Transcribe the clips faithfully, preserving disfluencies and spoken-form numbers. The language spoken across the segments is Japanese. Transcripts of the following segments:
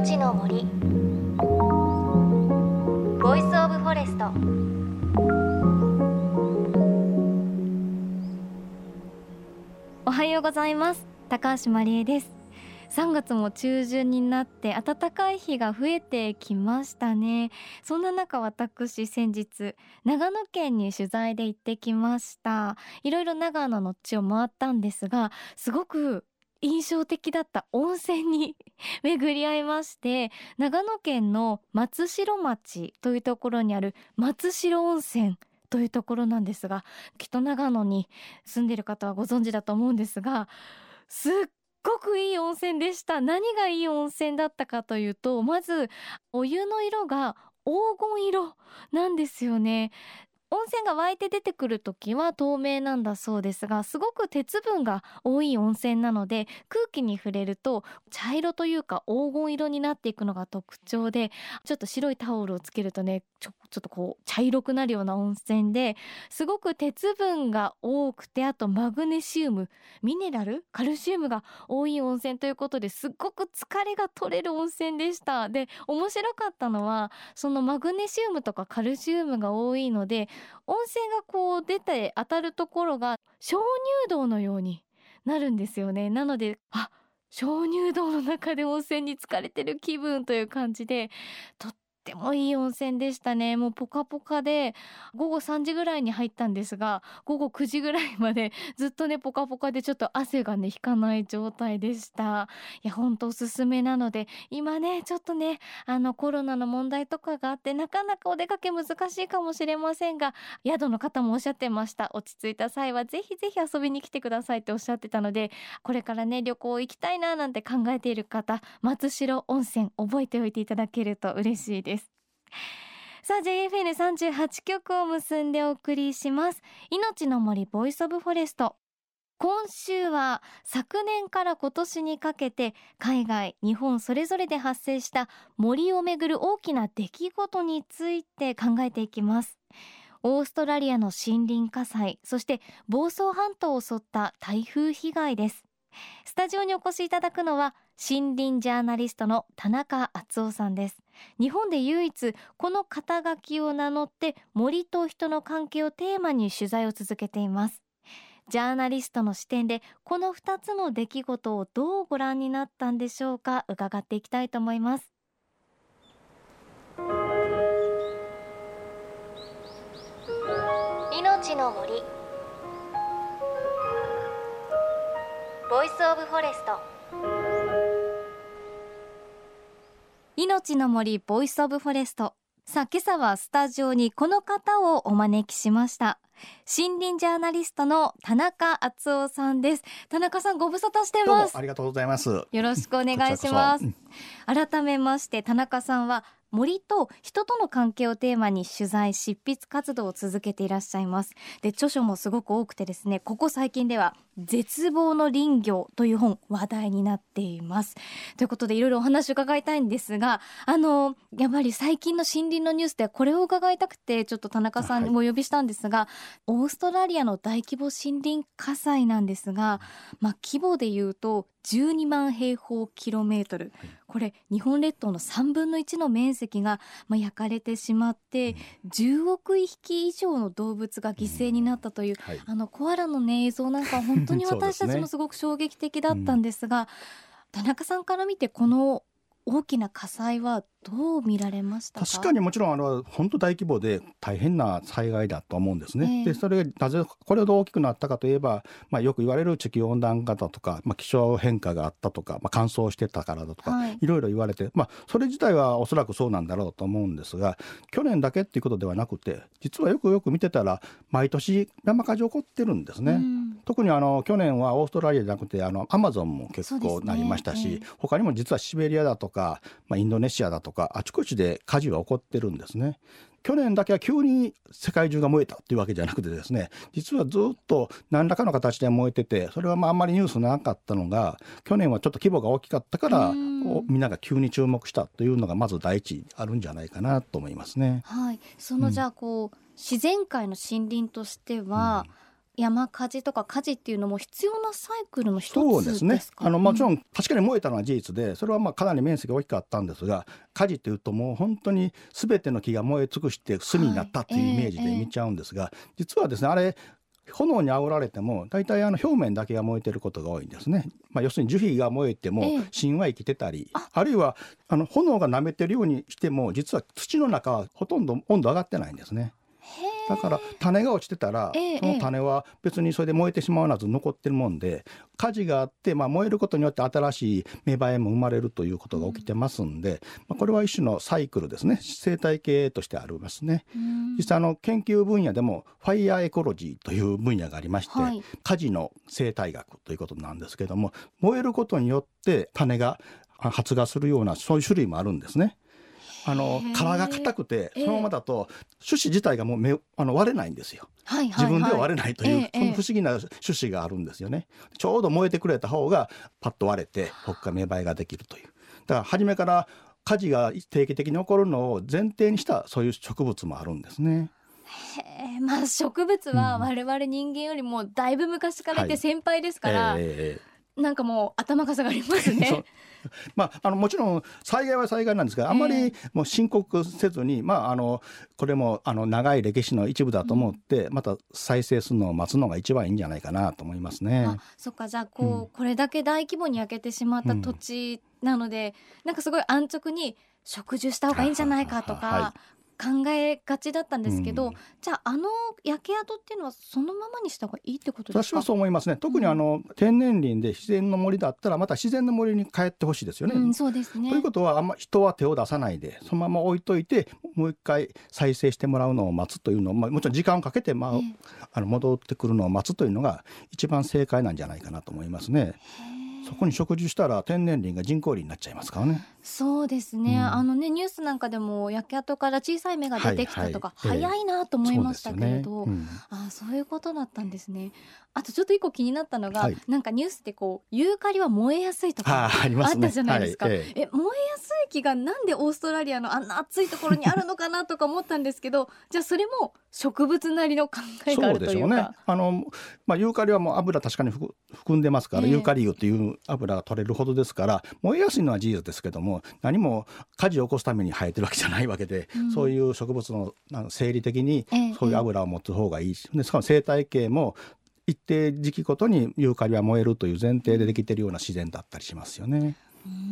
命の森ボイスオブフォレスト。おはようございます。高橋真理恵です。さんがつも中旬になって暖かい日が増えてきましたね。そんな中、私先日長野県に取材で行ってきました。いろいろ長野の地を回ったんですが、すごく印象的だった温泉に巡り合いまして、長野県の松代町というところにある松代温泉というところなんですが、きっと長野に住んでいる方はご存知だと思うんですが、すっすごくいい温泉でした。何がいい温泉だったかというと、まずお湯の色が黄金色なんですよね。温泉が湧いて出てくるときは透明なんだそうですが、すごく鉄分が多い温泉なので、空気に触れると茶色というか黄金色になっていくのが特徴で、ちょっと白いタオルをつけるとね、ちょ、ちょっとこう茶色くなるような温泉で、すごく鉄分が多くて、あとマグネシウム、ミネラル、カルシウムが多い温泉ということで、すっごく疲れが取れる温泉でした。で、面白かったのは、そのマグネシウムとかカルシウムが多いので、温泉がこう出て当たるところが鍾乳洞のようになるんですよね。なので、あ、鍾乳洞の中で温泉に浸かれてる気分という感じで、とってもいい温泉でしたね。もうポカポカで、午後さんじぐらいに入ったんですが、午後くじぐらいまでずっとねポカポカで、ちょっと汗がね引かない状態でした。いや、ほんとおすすめなので、今ねちょっとねあのコロナの問題とかがあってなかなかお出かけ難しいかもしれませんが、宿の方もおっしゃってました。落ち着いた際はぜひぜひ遊びに来てくださいっておっしゃってたので、これからね旅行行きたいななんて考えている方、松代温泉覚えておいていただけると嬉しいです。さあ ジェイエフエヌさんじゅうはち 曲を結んでお送りします。命の森ボイスオブフォレスト。今週は昨年から今年にかけて海外、日本それぞれで発生した森をめぐる大きな出来事について考えていきます。オーストラリアの森林火災、そして房総半島を襲った台風被害です。スタジオにお越しいただくのは森林ジャーナリストの田中敦夫さんです。日本で唯一この肩書きを名乗って森と人の関係をテーマに取材を続けています。ジャーナリストの視点でこのふたつの出来事をどうご覧になったんでしょうか、伺っていきたいと思います。命の森ボイスオブフォレスト。命の森ボイスオブフォレスト。さあ、今朝はスタジオにこの方をお招きしました。森林ジャーナリストの田中敦夫さんです。田中さん、ご無沙汰してます。 どうもありがとうございます。よろしくお願いします。改めまして田中さんは森と人との関係をテーマに取材執筆活動を続けていらっしゃいます。で、著書もすごく多くてですね、ここ最近では絶望の林業という本話題になっています。ということでいろいろお話を伺いたいんですが、あのやっぱり最近の森林のニュースでこれを伺いたくてちょっと田中さんにもお呼びしたんですが、はい、オーストラリアの大規模森林火災なんですが、まあ、規模で言うとじゅうにまんへいほうキロメートル、はい、これ日本列島のさんぶんのいちの面積が、まあ、焼かれてしまって、うん、じゅうおくいひき以上の動物が犠牲になったという、うん、はい、あのコアラの、ね、映像なんか本当に私たちもすごく衝撃的だったんですが、すね、うん、田中さんから見てこの大きな火災はどう見られましたか？ 確かにもちろんあの本当大規模で大変な災害だと思うんですね、えー、でそれがなぜこれほど大きくなったかといえば、まあ、よく言われる地球温暖化だとか、まあ、気象変化があったとか、まあ、乾燥してたからだとか、はい、いろいろ言われて、まあ、それ自体はおそらくそうなんだろうと思うんですが、去年だけっていうことではなくて、実はよくよく見てたら毎年山火事起こってるんですね、うん、特にあの去年はオーストラリアじゃなくてあのアマゾンも結構なりましたし、ね、えー、他にも実はシベリアだとか、まあ、インドネシアだとかあちこちで火事が起こってるんですね。去年だけは急に世界中が燃えたっていうわけじゃなくてですね、実はずっと何らかの形で燃えてて、それはまああんまりニュースなかったのが、去年はちょっと規模が大きかったからみんなが急に注目したというのがまず第一あるんじゃないかなと思いますね。 はい、そのじゃあこう、うん、自然界の森林としては、うん、 山火事とか火事っていうのも必要なサイクルの一つですか？ そうですね。あのもちろん確かに燃えたのは事実で、それはまあかなり面積が大きかったんですが、火事というともう本当に全ての木が燃え尽くして炭になったっていうイメージで見ちゃうんですが、実はですね、あれ炎に煽られても大体あの表面だけが燃えてることが多いんですね。まあ、要するに樹皮が燃えても芯は生きてたり、あ, あるいはあの炎が舐めてるようにしても実は土の中はほとんど温度上がってないんですね。だから種が落ちてたら、ええ、その種は別にそれで燃えてしまわなず残ってるもんで、火事があって、まあ、燃えることによって新しい芽生えも生まれるということが起きてますんで、まあ、これは一種のサイクルですね。生態系としてありますね。実際あの研究分野でもファイヤーエコロジーという分野がありまして、はい、火事の生態学ということなんですけども、燃えることによって種が発芽するようなそういう種類もあるんですね。あの皮が硬くてそのままだと種子自体がもうめあの割れないんですよ、はいはいはい、自分では割れないという、その不思議な種子があるんですよね。ちょうど燃えてくれた方がパッと割れてそこから芽生えができるという。だから初めから火事が定期的に起こるのを前提にしたそういう植物もあるんですね。 へー、まあ、植物は我々人間よりもだいぶ昔からいて先輩ですから、はい、えー、なんかもう頭が下がりますね。 まあ、あのもちろん災害は災害なんですが、あんまりもう深刻せずに、えーまあ、あのこれもあの長い歴史の一部だと思って、うん、また再生するのを待つのが一番いいんじゃないかなと思いますね。 あ、そっか、じゃあこう、うん、これだけ大規模に焼けてしまった土地なので、うん、なんかすごい安直に植樹した方がいいんじゃないかとか、はい考えがちだったんですけど、うん、じゃああの焼け跡っていうのはそのままにした方がいいってことですか？ 私はそう思いますね。特にあの、うん、天然林で自然の森だったらまた自然の森に帰ってほしいですよね、 うん、そうですね。 ということはあんま人は手を出さないでそのまま置いといてもう一回再生してもらうのを待つというのを、まあ、もちろん時間をかけて、まあえー、あの戻ってくるのを待つというのが一番正解なんじゃないかなと思いますね。そこに植樹したら天然林が人工林になっちゃいますからね。 そうですね、うん、あのねニュースなんかでも焼け跡から小さい芽が出てきたとか、はいはい、早いなと思いましたけれど、えー そうですよね、うん、あ、そういうことだったんですね。あとちょっと一個気になったのが、はい、なんかニュースでこうユーカリは燃えやすいとか あ, あ, ります、ね、あったじゃないですか、はい、ええ燃えやすい木がなんでオーストラリアのあんな暑いところにあるのかなとか思ったんですけどじゃあそれも植物なりの考えがあるというか。そうでしょうね。あの、まあ、ユーカリはもう油確かに含んでますから、えー、ユーカリ油という油が取れるほどですから燃えやすいのは事実ですけども、何も火事を起こすために生えてるわけじゃないわけで、うん、そういう植物の生理的にそういう油を持つ方がいいし、えー、でしかも生態系も一定時期ごとにユーカリは燃えるという前提でできているような自然だったりしますよね。 うん、うん、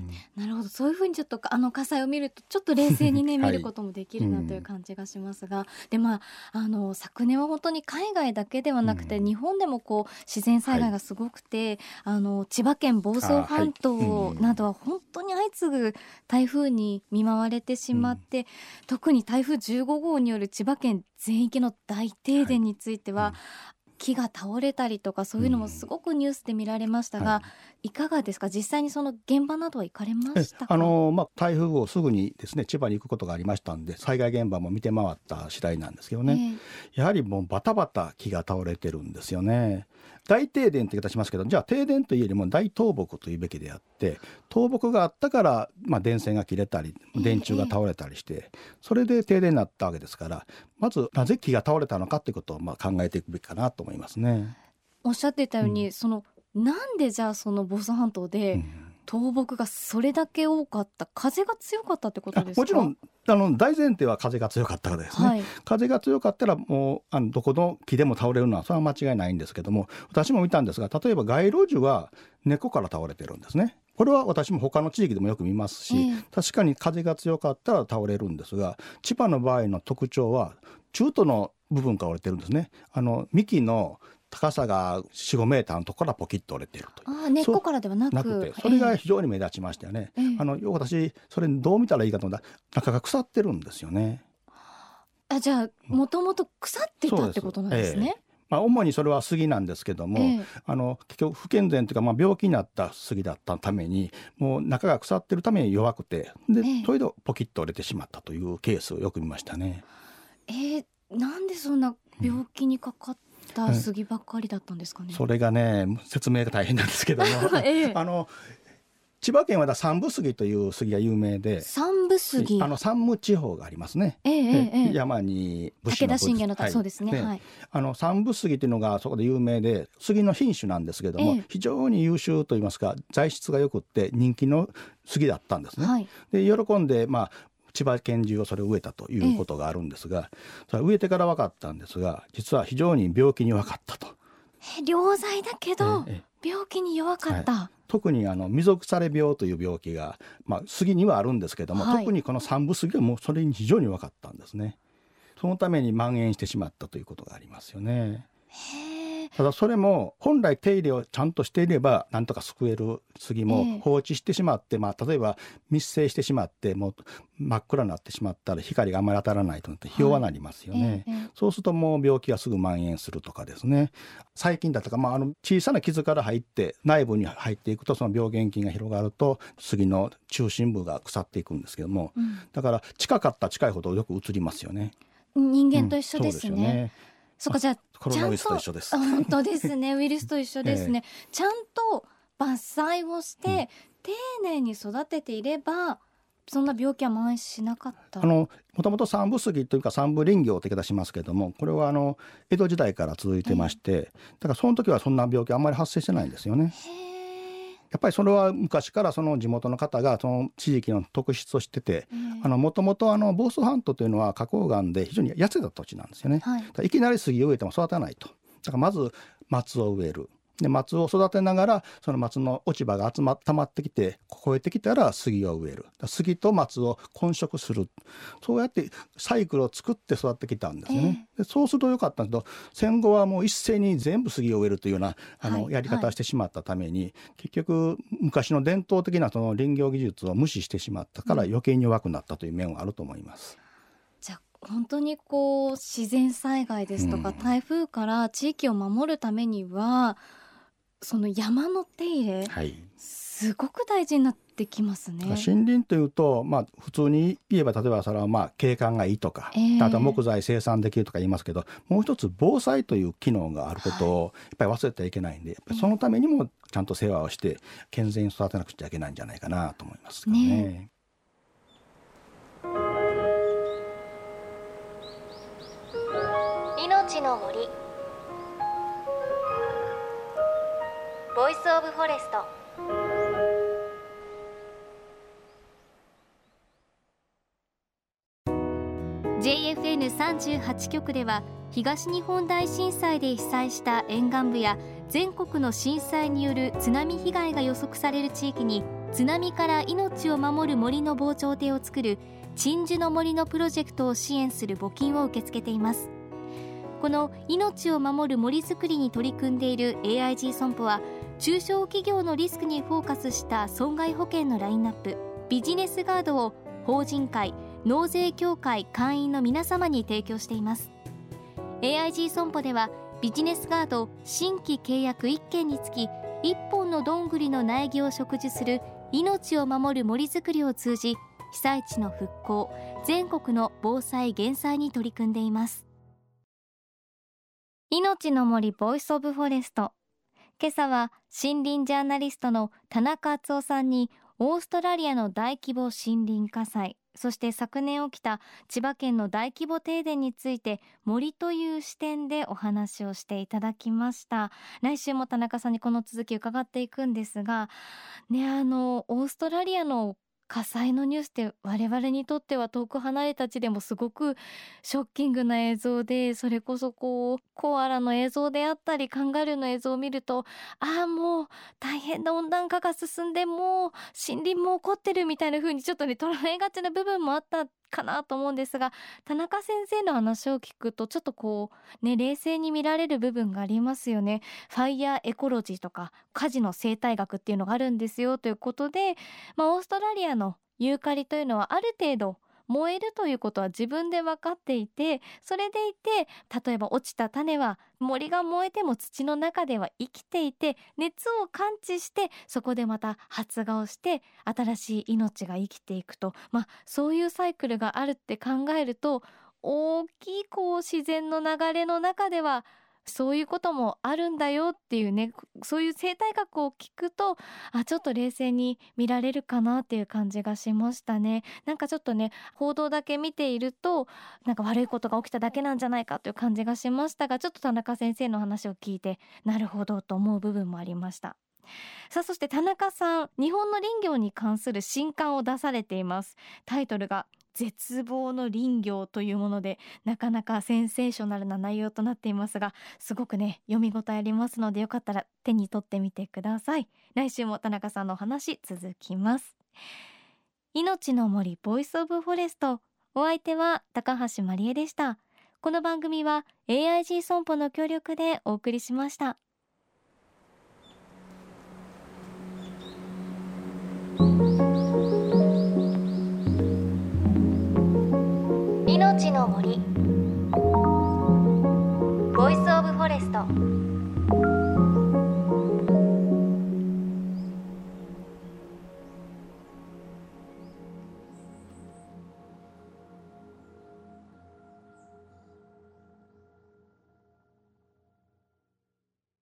なるほど。そういうふうにちょっとあの火災を見るとちょっと冷静にね、はい、見ることもできるなという感じがしますが、うん、でまああの昨年は本当に海外だけではなくて、うん、日本でもこう自然災害がすごくて、はい、あの千葉県房総半島などは本当に相次ぐ台風に見舞われてしまって、うん、特に台風じゅうご号による千葉県全域の大停電については、はい、うん、木が倒れたりとかそういうのもすごくニュースで見られましたが、うん、はい、いかがですか？実際にその現場などは行かれましたか？ あの、まあ、台風後すぐにですね千葉に行くことがありましたんで災害現場も見て回った次第なんですけどね、えー、やはりもうバタバタ木が倒れてるんですよね。大停電って言い方しますけど、じゃあ停電というよりも大倒木というべきであって、倒木があったから、まあ、電線が切れたり電柱が倒れたりして、えー、それで停電になったわけですから、まずなぜ木が倒れたのかということをまあ考えていくべきかなと思いますね。 おっしゃってたように、うん、そのなんでじゃあその房総半島で、うん、倒木がそれだけ多かった、風が強かったってことですか？ もちろんあの大前提は風が強かったからですね、はい、風が強かったらもうあのどこの木でも倒れるのはそれは間違いないんですけども、私も見たんですが、例えば街路樹は根っこから倒れてるんですね。これは私も他の地域でもよく見ますし、えー、確かに風が強かったら倒れるんですが、千葉の場合の特徴は中途の部分から折れてるんですね。あの幹の高さが よん、ごメーターのところからポキッと折れているという。 あ、根っこからではなく、 なくてそれが非常に目立ちましたよね、えー、あの私それどう見たらいいかと思ったら中が腐ってるんですよね。 あ、じゃあもともと腐ってたってことなんですね。 えーまあ、主にそれは杉なんですけども、えー、あの結局不健全というか、まあ、病気になった杉だったためにもう中が腐ってるために弱くて、で、えー、それでポキッと折れてしまったというケースをよく見ましたね。 えー、なんでそんな病気にかかった杉ばっかりだったんですかね。 うん、それがね説明が大変なんですけども、えー、あの千葉県は山武杉という杉が有名で、 山武杉、 あの山武地方がありますね、 ええええ、 山に武士の武田信玄の、はい、そうですね、 で、 はい、 あの山武杉というのがそこで有名で、杉の品種なんですけども、 ええ、 非常に優秀といいますか材質がよくって人気の杉だったんですね、はい、で喜んで、まあ、千葉県中をそれを植えたということがあるんですが、ええ、植えてから分かったんですが、実は非常に病気に弱かったと。 良材だけど、ええ、病気に弱かった、はい、 特にあの溝腐れ病という病気が、まあ、杉にはあるんですけども、はい、特にこの山武杉はもうそれに非常に弱かったんですね。そのために蔓延してしまったということがありますよね。 へただそれも本来手入れをちゃんとしていればなんとか救える杉も放置してしまって、まあ、例えば密生してしまってもう真っ暗になってしまったら光があまり当たらないとなってひ弱なりますよね、はい、そうするともう病気がすぐ蔓延するとかですね、細菌だとか、まあ、あの小さな傷から入って内部に入っていくとその病原菌が広がると杉の中心部が腐っていくんですけども、うん、だから近かった近いほどよく移りますよね。 人間と一緒ですね、うん、そうですよね。そっか、じゃあコロナウイルスと一緒です。 本当ですねウイルスと一緒ですね、えー、ちゃんと伐採をして、うん、丁寧に育てていればそんな病気は蔓延しなかった。 あのもともと山武杉というか山武林業という言い方しますけども、これはあの江戸時代から続いてまして、えー、だからその時はそんな病気あんまり発生してないんですよね。へやっぱりそれは昔からその地元の方がその地域の特質としてて、もともと房総半島というのは花崗岩で非常に痩せた土地なんですよね、はい、いきなり杉を植えても育たないと。だからまず松を植える。で松を育てながらその松の落ち葉が集ま溜まってきて超えてきたら杉を植える。杉と松を混植する。そうやってサイクルを作って育ってきたんですよね、えー、でそうするとよかったんですけど、戦後はもう一斉に全部杉を植えるというようなあの、はい、やり方をしてしまったために、はい、結局昔の伝統的なその林業技術を無視してしまったから余計に弱くなったという面はあると思います、 うん、じゃあ本当にこう自然災害ですとか、うん、台風から地域を守るためにはその山の手入れ、はい、すごく大事になってきますね。 森林というと、まあ、普通に言えば例えばそれはまあ景観がいいとか、えー、あとは木材生産できるとか言いますけど、もう一つ防災という機能があることをやっぱり忘れてはいけないんで、やっぱりそのためにもちゃんと世話をして健全に育てなくちゃいけないんじゃないかなと思いますけどね。ね命の森ボイスオブフォレスト。ジェイエフエヌさんじゅうはち 局では東日本大震災で被災した沿岸部や全国の震災による津波被害が予測される地域に津波から命を守る森の防潮堤を作る鎮守の森のプロジェクトを支援する募金を受け付けています。この命を守る森づくりに取り組んでいる エーアイジー 損保は中小企業のリスクにフォーカスした損害保険のラインナップビジネスガードを法人会、納税協会会員の皆様に提供しています。 エーアイジー 損保ではビジネスガード新規契約いっけんにつきいっぽんのどんぐりの苗木を植樹する命を守る森づくりを通じ被災地の復興、全国の防災減災に取り組んでいます。命の森ボイスオブフォレスト。今朝は森林ジャーナリストの田中敦夫さんにオーストラリアの大規模森林火災、そして昨年起きた千葉県の大規模停電について森という視点でお話をしていただきました。来週も田中さんにこの続き伺っていくんですがね、あのオーストラリアの火災のニュースって我々にとっては遠く離れた地でもすごくショッキングな映像で、それこそこうコアラの映像であったりカンガルーの映像を見ると、ああもう大変な温暖化が進んでもう森林も起こってるみたいな風にちょっとね捉えがちな部分もあったかなと思うんですが、田中先生の話を聞くとちょっとこうね冷静に見られる部分がありますよね。ファイヤーエコロジーとか火事の生態学っていうのがあるんですよということで、まあ、オーストラリアのユーカリというのはある程度燃えるということは自分で分かっていて、それでいて例えば落ちた種は森が燃えても土の中では生きていて熱を感知してそこでまた発芽をして新しい命が生きていくと、まあ、そういうサイクルがあるって考えると大きいこう自然の流れの中ではそういうこともあるんだよっていうね、そういう生態学を聞くと、あ、ちょっと冷静に見られるかなっていう感じがしましたね。なんかちょっとね、報道だけ見ているとなんか悪いことが起きただけなんじゃないかという感じがしましたが、ちょっと田中先生の話を聞いてなるほどと思う部分もありました。さあ、そして田中さん、日本の林業に関する新刊を出されています。タイトルが絶望の林業というもので、なかなかセンセーショナルな内容となっていますが、すごくね読み応えありますので、よかったら手に取ってみてください。来週も田中さんのお話続きます。命の森ボイスオブフォレスト、お相手は高橋まりえでした。この番組は エーアイジー 損保の協力でお送りしました。命の森ボイスオブフォレスト。